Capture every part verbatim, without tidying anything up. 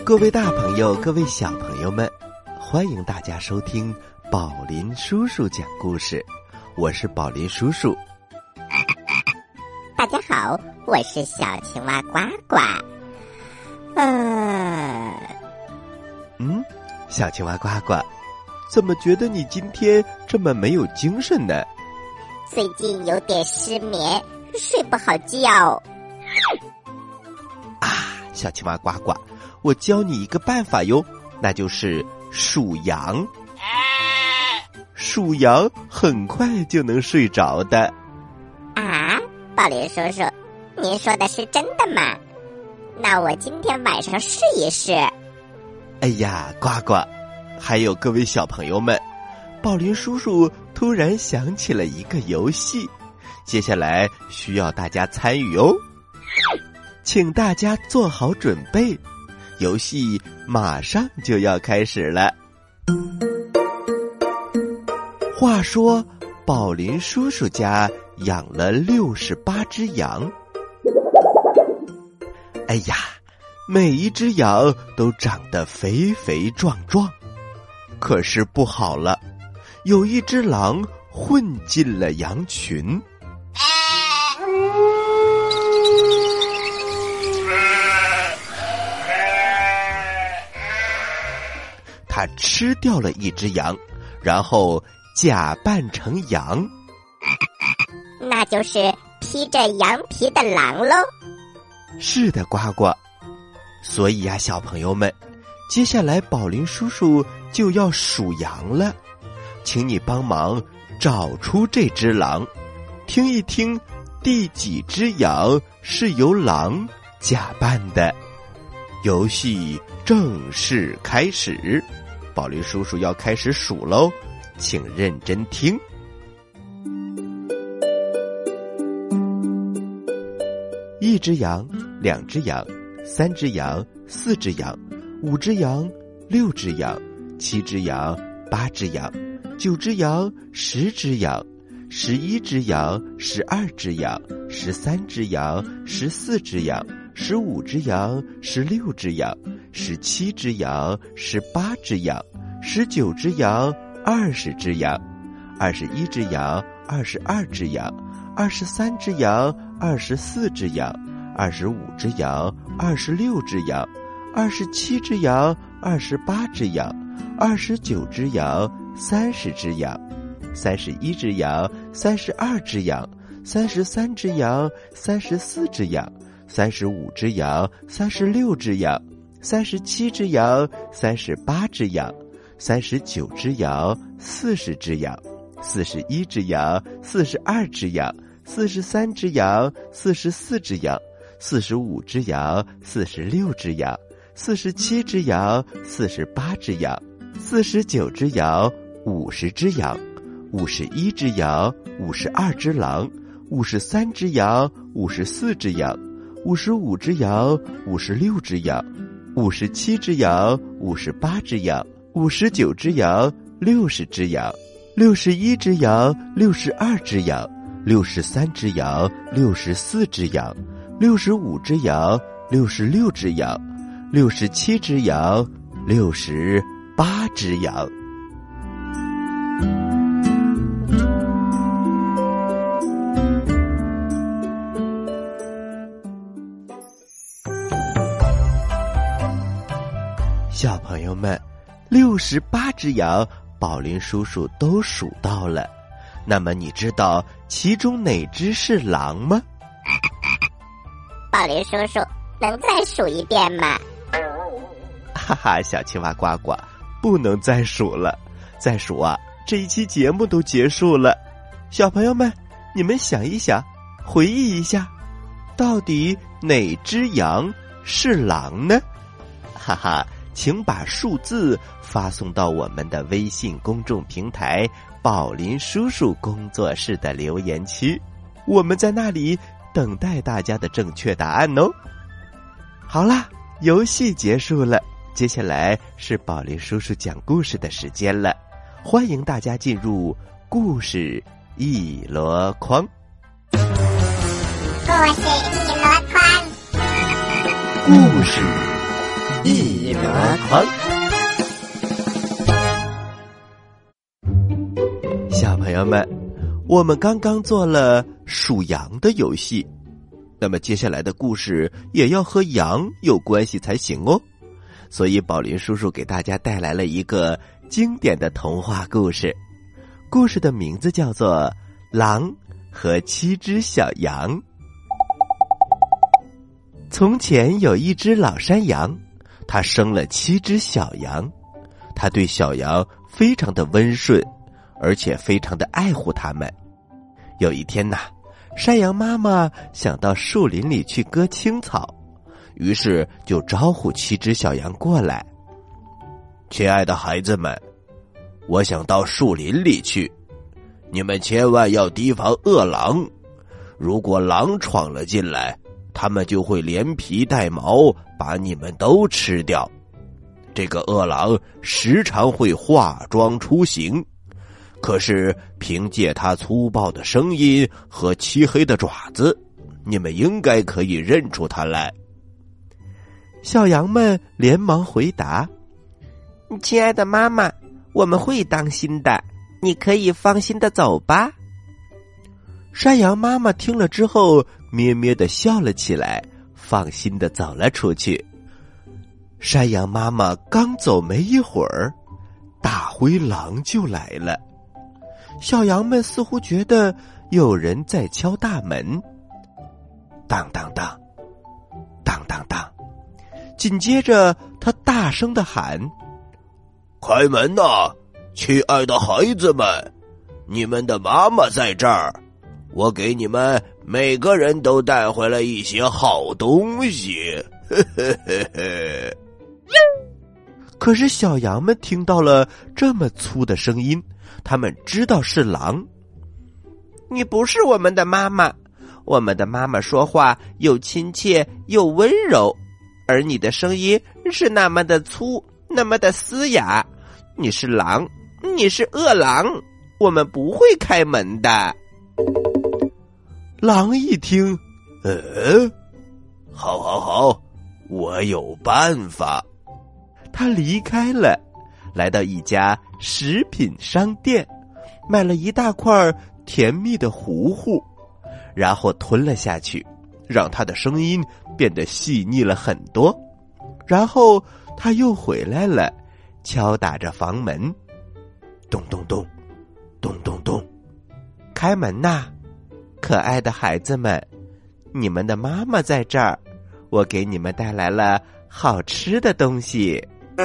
各位大朋友，各位小朋友们，欢迎大家收听宝林叔叔讲故事。我是宝林叔叔。 大家好，我是小青蛙呱呱。呃， 嗯，小青蛙呱呱，怎么觉得你今天这么没有精神呢？ 最近有点失眠，睡不好觉。 啊，小青蛙呱呱，我教你一个办法哟，那就是数羊。数羊很快就能睡着的。 啊，宝林叔叔，您说的是真的吗？那我今天晚上试一试。 哎呀，呱呱，还有各位小朋友们，宝林叔叔突然想起了一个游戏，接下来需要大家参与哦。请大家做好准备，游戏马上就要开始了。话说，宝林叔叔家养了六十八只羊。哎呀，每一只羊都长得肥肥壮壮。可是不好了，有一只狼混进了羊群。他吃掉了一只羊，然后假扮成羊。 那就是披着羊皮的狼喽。 是的，呱呱。所以呀、啊，小朋友们，接下来宝林叔叔就要数羊了，请你帮忙找出这只狼，听一听第几只羊是由狼假扮的。游戏正式开始，宝林叔叔要开始数喽，请认真听。一只羊，两只羊，三只羊，四只羊，五只羊，六只羊，七只羊，八只羊，九只羊，十只羊，十一只羊，十二只羊，十三只羊，十四只羊，十五只羊，十六只羊，十七只羊，十八只羊，十九只羊，二十只羊，二十一只羊，二十二只羊，二十三只羊，二十四只羊，二十五只羊，二十六只羊，二十七只羊，二十八只羊，二十九只羊，三十只羊，三十一只羊，三十二只羊，三十三只羊，三十四只羊，三十五只羊，三十六只羊，三十七只羊，三十八只羊，三十九只羊，四十只羊，四十一只羊，四十二只羊，四十三只羊，四十四只羊，四十五只羊，四十六只羊，四十七只羊，四十八只羊，四十九只羊，五十只羊，五十一只羊，五十二只狼，五十三只羊，五十四只羊，五十五只羊，五十六只羊，五十七只羊，五十八只羊，五十九只羊，六十只羊，六十一只羊，六十二只羊，六十三只羊，六十四只羊，六十五只羊，六十六只羊，六十七只羊，六十八只羊。小朋友们，六十八只羊，宝林叔叔都数到了。那么你知道其中哪只是狼吗？ 宝林叔叔，能再数一遍吗？ 哈哈，小青蛙呱呱，不能再数了，再数啊，这一期节目都结束了。小朋友们，你们想一想，回忆一下，到底哪只羊是狼呢？哈哈，请把数字发送到我们的微信公众平台宝林叔叔工作室的留言区，我们在那里等待大家的正确答案哦。好啦，游戏结束了，接下来是宝林叔叔讲故事的时间了，欢迎大家进入故事一箩筐。 故事一箩筐， 故事一箩筐。小朋友们，我们刚刚做了数羊的游戏，那么接下来的故事也要和羊有关系才行哦。所以宝林叔叔给大家带来了一个经典的童话故事，故事的名字叫做《狼和七只小羊》。从前有一只老山羊，它生了七只小羊，它对小羊非常的温顺，而且非常的爱护它们。有一天呐，山羊妈妈想到树林里去割青草，于是就招呼七只小羊过来。亲爱的孩子们，我想到树林里去，你们千万要提防饿狼。如果狼闯了进来，他们就会连皮带毛把你们都吃掉。这个饿狼时常会化妆出行，可是凭借它粗暴的声音和漆黑的爪子，你们应该可以认出它来。小羊们连忙回答：亲爱的妈妈，我们会当心的，你可以放心的走吧。山羊妈妈听了之后咩咩的笑了起来，放心的走了出去。山羊妈妈刚走没一会儿，大灰狼就来了。小羊们似乎觉得有人在敲大门，当当当，当当当。紧接着他大声地喊：开门呐，亲爱的孩子们，你们的妈妈在这儿，我给你们每个人都带回了一些好东西。嘿嘿嘿嘿。可是小羊们听到了这么粗的声音，他们知道是狼。你不是我们的妈妈，我们的妈妈说话又亲切又温柔，而你的声音是那么的粗，那么的嘶哑。你是狼，你是饿狼，我们不会开门的。狼一听，呃，好好好，我有办法。他离开了，来到一家食品商店，买了一大块甜蜜的糊糊，然后吞了下去，让他的声音变得细腻了很多。然后他又回来了，敲打着房门，咚咚咚，咚咚咚，开门呐！可爱的孩子们，你们的妈妈在这儿，我给你们带来了好吃的东西。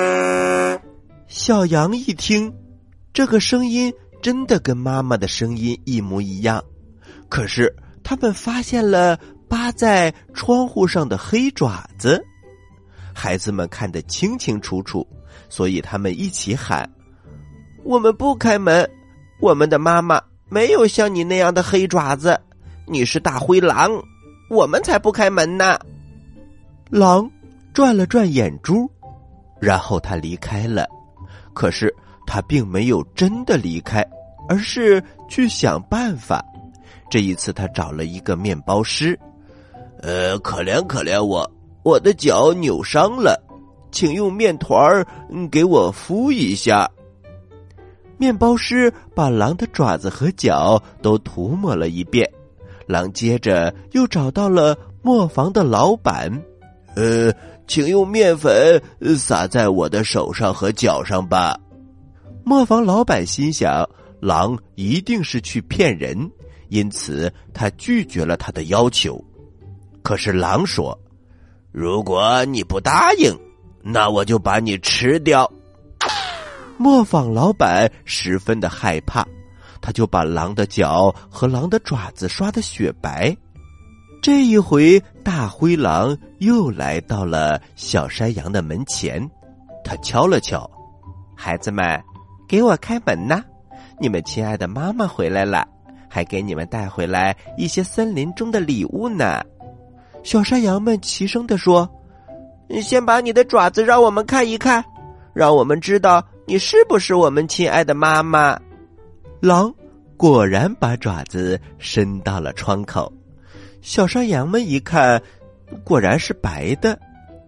小羊一听，这个声音真的跟妈妈的声音一模一样，可是他们发现了扒在窗户上的黑爪子。孩子们看得清清楚楚，所以他们一起喊：我们不开门，我们的妈妈没有像你那样的黑爪子，你是大灰狼，我们才不开门呢。狼转了转眼珠，然后他离开了。可是他并没有真的离开，而是去想办法。这一次他找了一个面包师，呃，可怜可怜我，我的脚扭伤了，请用面团儿给我敷一下。面包师把狼的爪子和脚都涂抹了一遍，狼接着又找到了磨坊的老板，呃，请用面粉撒在我的手上和脚上吧。磨坊老板心想，狼一定是去骗人，因此他拒绝了他的要求。可是狼说，如果你不答应，那我就把你吃掉。磨坊老板十分的害怕，他就把狼的脚和狼的爪子刷得雪白。这一回大灰狼又来到了小山羊的门前，他敲了敲，孩子们，给我开门呐！你们亲爱的妈妈回来了，还给你们带回来一些森林中的礼物呢。小山羊们齐声地说，先把你的爪子让我们看一看，让我们知道你是不是我们亲爱的妈妈。狼果然把爪子伸到了窗口，小山羊们一看，果然是白的，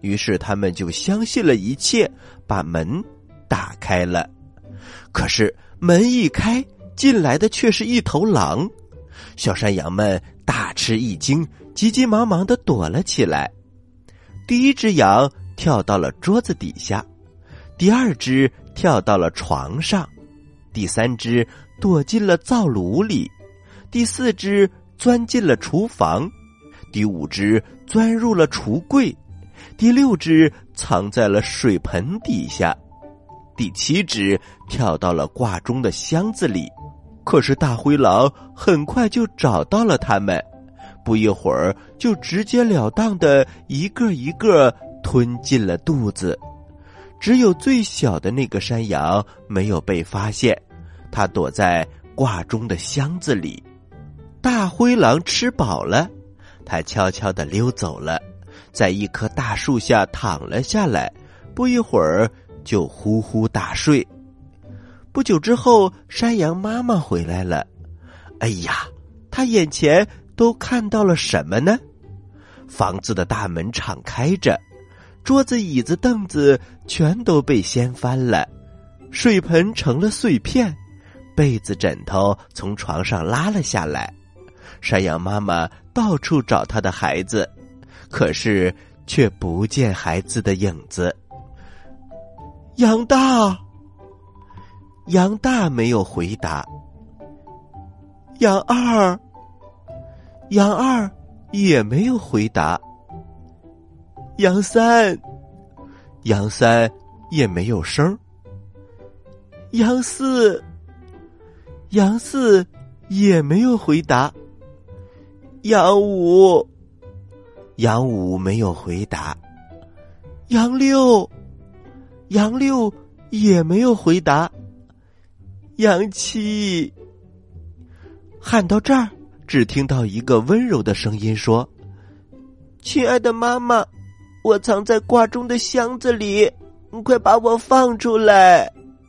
于是他们就相信了一切，把门打开了。可是门一开，进来的却是一头狼。小山羊们大吃一惊，急急忙忙地躲了起来。第一只羊跳到了桌子底下，第二只跳到了床上，第三只躲进了灶炉里，第四只钻进了厨房，第五只钻入了橱柜，第六只藏在了水盆底下，第七只跳到了挂钟的箱子里。可是大灰狼很快就找到了它们，不一会儿就直截了当的一个一个吞进了肚子。只有最小的那个山羊没有被发现，它躲在挂钟的箱子里。大灰狼吃饱了，它悄悄地溜走了，在一棵大树下躺了下来，不一会儿就呼呼大睡。不久之后，山羊妈妈回来了。哎呀，她眼前都看到了什么呢？房子的大门敞开着，桌子、椅子、凳子全都被掀翻了，水盆成了碎片，被子、枕头从床上拉了下来。山羊妈妈到处找她的孩子，可是却不见孩子的影子。羊大，羊大没有回答。羊二，羊二也没有回答。羊三，羊三也没有声。羊四，羊四也没有回答。羊五，羊五没有回答。羊六，羊六也没有回答。羊七。喊到这儿，只听到一个温柔的声音说：亲爱的妈妈，我藏在挂钟的箱子里，你快把我放出来。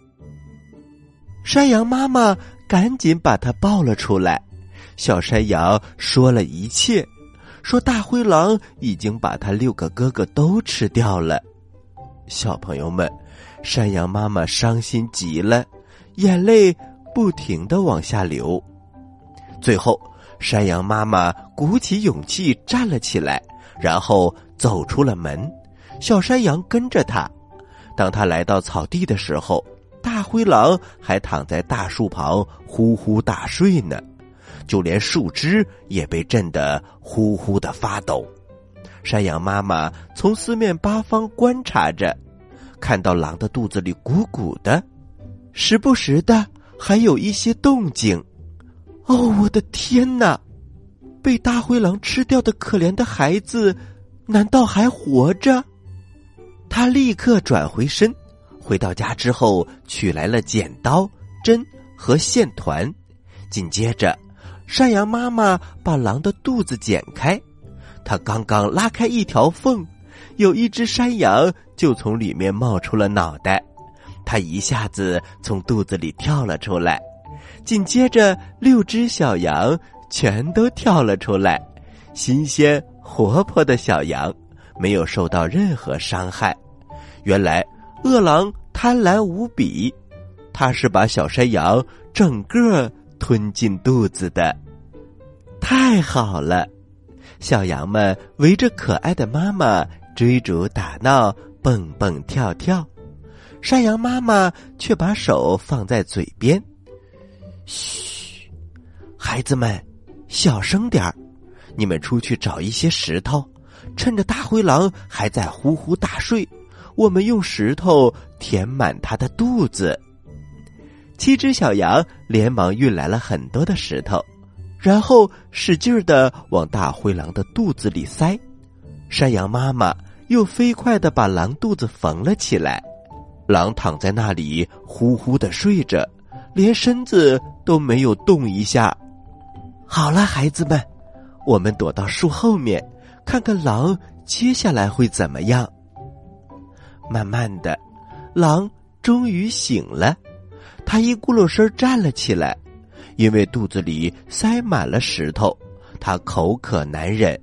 山羊妈妈赶紧把它抱了出来。小山羊说了一切，说大灰狼已经把他六个哥哥都吃掉了。小朋友们，山羊妈妈伤心极了，眼泪不停地往下流。最后，山羊妈妈鼓起勇气站了起来，然后走出了门。小山羊跟着他。当他来到草地的时候，大灰狼还躺在大树旁呼呼大睡呢，就连树枝也被震得呼呼的发抖。山羊妈妈从四面八方观察着，看到狼的肚子里鼓鼓的，时不时的还有一些动静。哦，我的天哪！被大灰狼吃掉的可怜的孩子，难道还活着？他立刻转回身，回到家之后取来了剪刀、针和线团。紧接着，山羊妈妈把狼的肚子剪开，她刚刚拉开一条缝，有一只山羊就从里面冒出了脑袋，它一下子从肚子里跳了出来。紧接着，六只小羊全都跳了出来，新鲜活泼的小羊没有受到任何伤害。原来饿狼贪婪无比，他是把小山羊整个吞进肚子的。太好了，小羊们围着可爱的妈妈追逐打闹，蹦蹦跳跳。山羊妈妈却把手放在嘴边，嘘，孩子们，小声点儿，你们出去找一些石头，趁着大灰狼还在呼呼大睡，我们用石头填满它的肚子。七只小羊连忙运来了很多的石头，然后使劲地往大灰狼的肚子里塞。山羊妈妈又飞快地把狼肚子缝了起来。狼躺在那里呼呼地睡着，连身子都没有动一下。好了，孩子们，我们躲到树后面，看看狼接下来会怎么样。慢慢的，狼终于醒了，他一咕噜声站了起来，因为肚子里塞满了石头，他口渴难忍，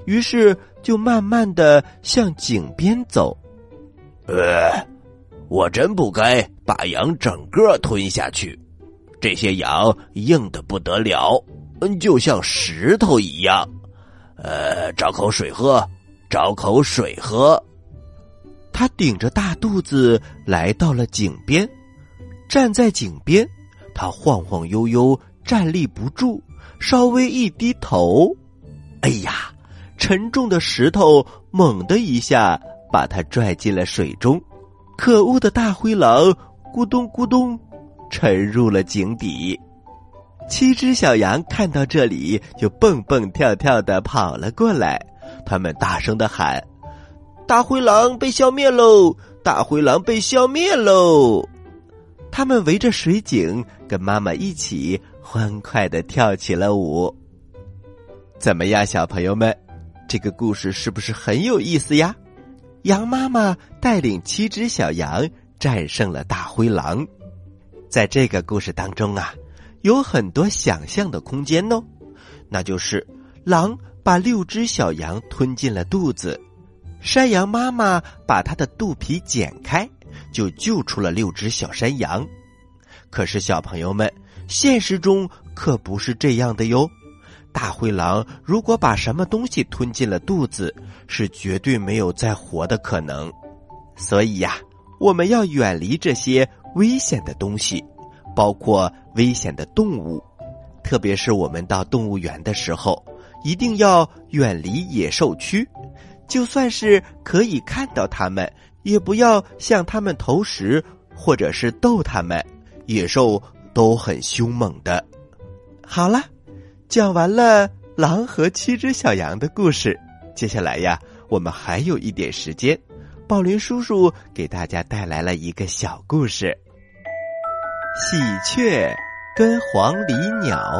于是就慢慢的向井边走。 呃，我真不该把羊整个吞下去，这些羊硬得不得了，就像石头一样。呃，找口水喝，找口水喝。 他顶着大肚子来到了井边，站在井边，他晃晃悠悠，站立不住，稍微一低头，哎呀，沉重的石头猛地一下把他拽进了水中。可恶的大灰狼咕咚咕咚沉入了井底。七只小羊看到这里，就蹦蹦跳跳地跑了过来，他们大声地喊：大灰狼被消灭喽！大灰狼被消灭喽！他们围着水井，跟妈妈一起欢快地跳起了舞。怎么样，小朋友们，这个故事是不是很有意思呀？羊妈妈带领七只小羊战胜了大灰狼。在这个故事当中啊，有很多想象的空间哦。那就是狼把六只小羊吞进了肚子，山羊妈妈把它的肚皮剪开，就救出了六只小山羊。可是小朋友们，现实中可不是这样的哟。大灰狼如果把什么东西吞进了肚子，是绝对没有再活的可能。所以呀，我们要远离这些危险的东西，包括危险的动物。特别是我们到动物园的时候，一定要远离野兽区，就算是可以看到它们，也不要向它们投食或者是逗它们，野兽都很凶猛的。好了，讲完了狼和七只小羊的故事，接下来呀，我们还有一点时间，宝林叔叔给大家带来了一个小故事：喜鹊跟黄鹂鸟。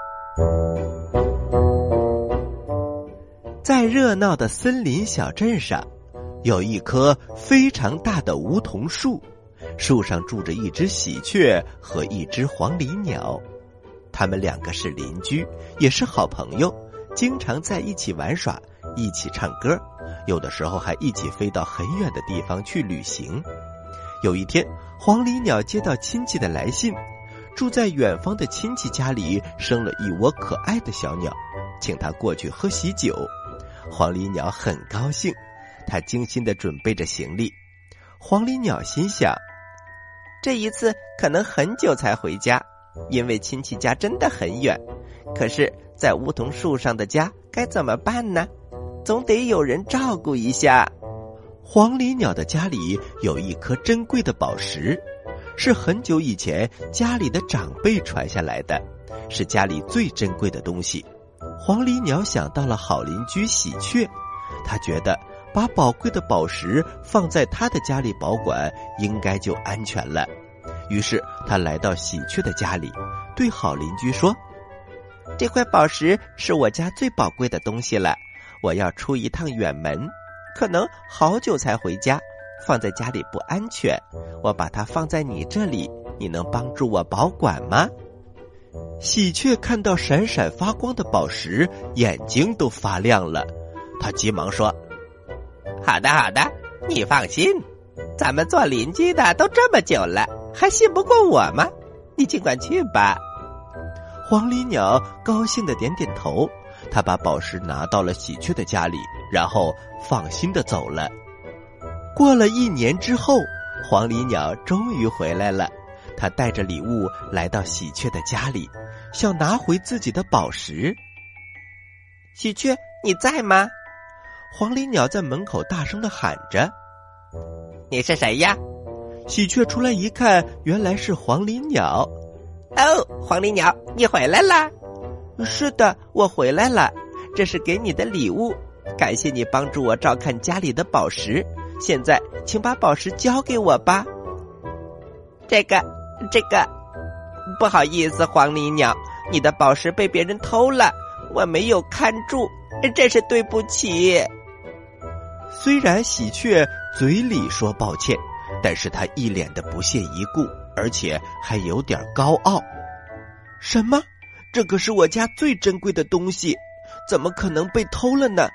在热闹的森林小镇上，有一棵非常大的梧桐树，树上住着一只喜鹊和一只黄鹂鸟。他们两个是邻居，也是好朋友，经常在一起玩耍，一起唱歌，有的时候还一起飞到很远的地方去旅行。有一天，黄鹂鸟接到亲戚的来信，住在远方的亲戚家里生了一窝可爱的小鸟，请他过去喝喜酒。黄鹂鸟很高兴，他精心地准备着行李。黄鹂鸟心想，这一次可能很久才回家，因为亲戚家真的很远。可是在梧桐树上的家该怎么办呢？总得有人照顾一下。黄鹂鸟的家里有一颗珍贵的宝石，是很久以前家里的长辈传下来的，是家里最珍贵的东西。黄鹂鸟想到了好邻居喜鹊，他觉得把宝贵的宝石放在他的家里保管应该就安全了。于是他来到喜鹊的家里，对好邻居说，这块宝石是我家最宝贵的东西了，我要出一趟远门，可能好久才回家，放在家里不安全，我把它放在你这里，你能帮助我保管吗？喜鹊看到闪闪发光的宝石，眼睛都发亮了，他急忙说，好的好的，你放心，咱们做邻居的都这么久了，还信不过我吗？你尽管去吧。黄鹂鸟高兴地点点头，他把宝石拿到了喜鹊的家里，然后放心地走了。过了一年之后，黄鹂鸟终于回来了，他带着礼物来到喜鹊的家里，想拿回自己的宝石。喜鹊，你在吗？黄鹂鸟在门口大声地喊着。你是谁呀？喜鹊出来一看，原来是黄鹂鸟。哦，黄鹂鸟，你回来啦？是的，我回来了，这是给你的礼物，感谢你帮助我照看家里的宝石，现在请把宝石交给我吧。这个这个不好意思，黄鹂鸟，你的宝石被别人偷了，我没有看住，真是对不起。虽然喜鹊嘴里说抱歉，但是他一脸的不屑一顾，而且还有点高傲。什么？这可是我家最珍贵的东西，怎么可能被偷了呢？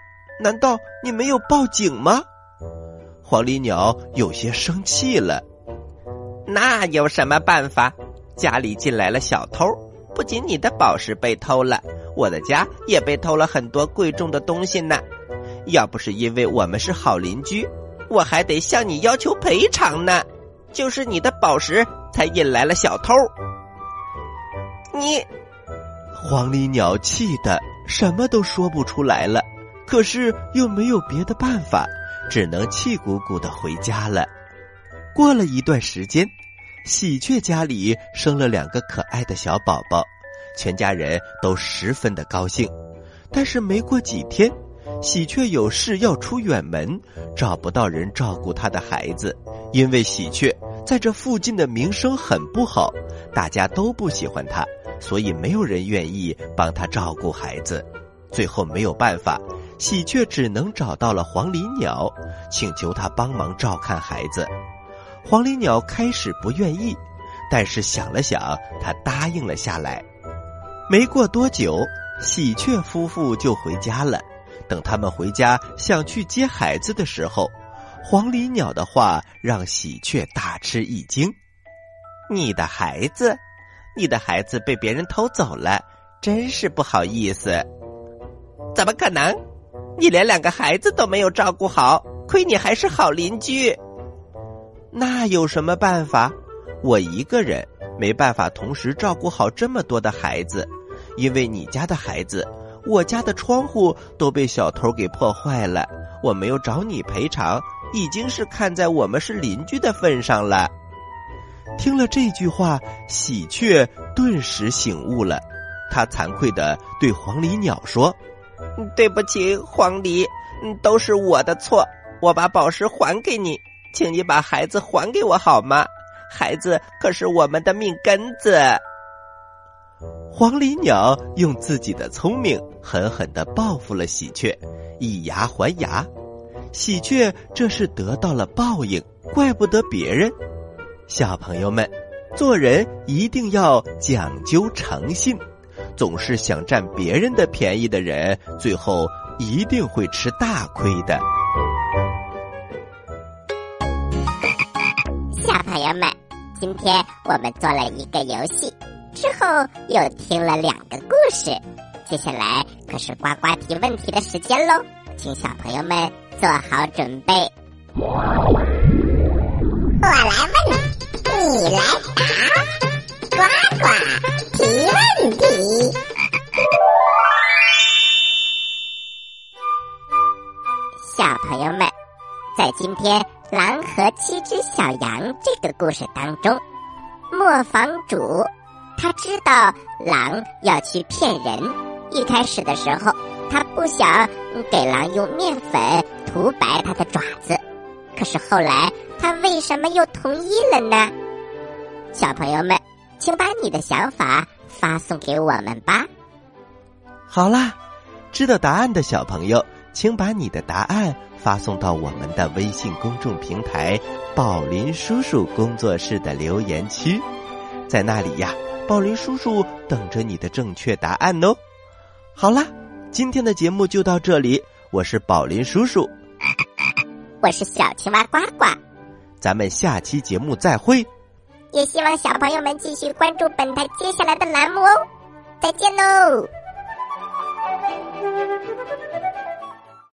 难道你没有报警吗？黄鹂鸟有些生气了。 那有什么办法？家里进来了小偷，不仅你的宝石被偷了，我的家也被偷了很多贵重的东西呢。要不是因为我们是好邻居，我还得向你要求赔偿呢。就是你的宝石才引来了小偷。你…… 黄鹂鸟气得什么都说不出来了，可是又没有别的办法，只能气鼓鼓地回家了。过了一段时间，喜鹊家里生了两个可爱的小宝宝，全家人都十分的高兴。但是没过几天，喜鹊有事要出远门，找不到人照顾他的孩子。因为喜鹊在这附近的名声很不好，大家都不喜欢他，所以没有人愿意帮他照顾孩子。最后没有办法，喜鹊只能找到了黄鹂鸟，请求他帮忙照看孩子。黄鹂鸟开始不愿意，但是想了想，他答应了下来。没过多久，喜鹊夫妇就回家了。等他们回家想去接孩子的时候，黄鹂鸟的话让喜鹊大吃一惊。 你的孩子？你的孩子被别人偷走了，真是不好意思。怎么可能？你连两个孩子都没有照顾好，亏你还是好邻居。 那有什么办法？我一个人没办法同时照顾好这么多的孩子，因为你家的孩子，我家的窗户都被小偷给破坏了，我没有找你赔偿，已经是看在我们是邻居的份上了。听了这句话，喜鹊顿时醒悟了，他惭愧地对黄鹂鸟说： 对不起，黄鹂，都是我的错，我把宝石还给你，请你把孩子还给我好吗？孩子可是我们的命根子。 黄鹂鸟用自己的聪明狠狠地报复了喜鹊，以牙还牙。喜鹊这是得到了报应，怪不得别人。小朋友们，做人一定要讲究诚信，总是想占别人的便宜的人，最后一定会吃大亏的。 小朋友们，今天我们做了一个游戏，之后又听了两个故事，接下来可是呱呱提问题的时间喽，请小朋友们做好准备。 我来问，你来答，呱呱提问题。 小朋友们，在今天狼和七只小羊这个故事当中，磨坊主他知道狼要去骗人，一开始的时候他不想给狼用面粉涂白它的爪子，可是后来他为什么又同意了呢？小朋友们，请把你的想法发送给我们吧。 好啦，知道答案的小朋友，请把你的答案发送到我们的微信公众平台宝林叔叔工作室的留言区，在那里呀，宝林叔叔等着你的正确答案哦。好啦，今天的节目就到这里，我是宝林叔叔， 我是小青蛙呱呱， 咱们下期节目再会。 也希望小朋友们继续关注本台接下来的栏目哦，再见喽。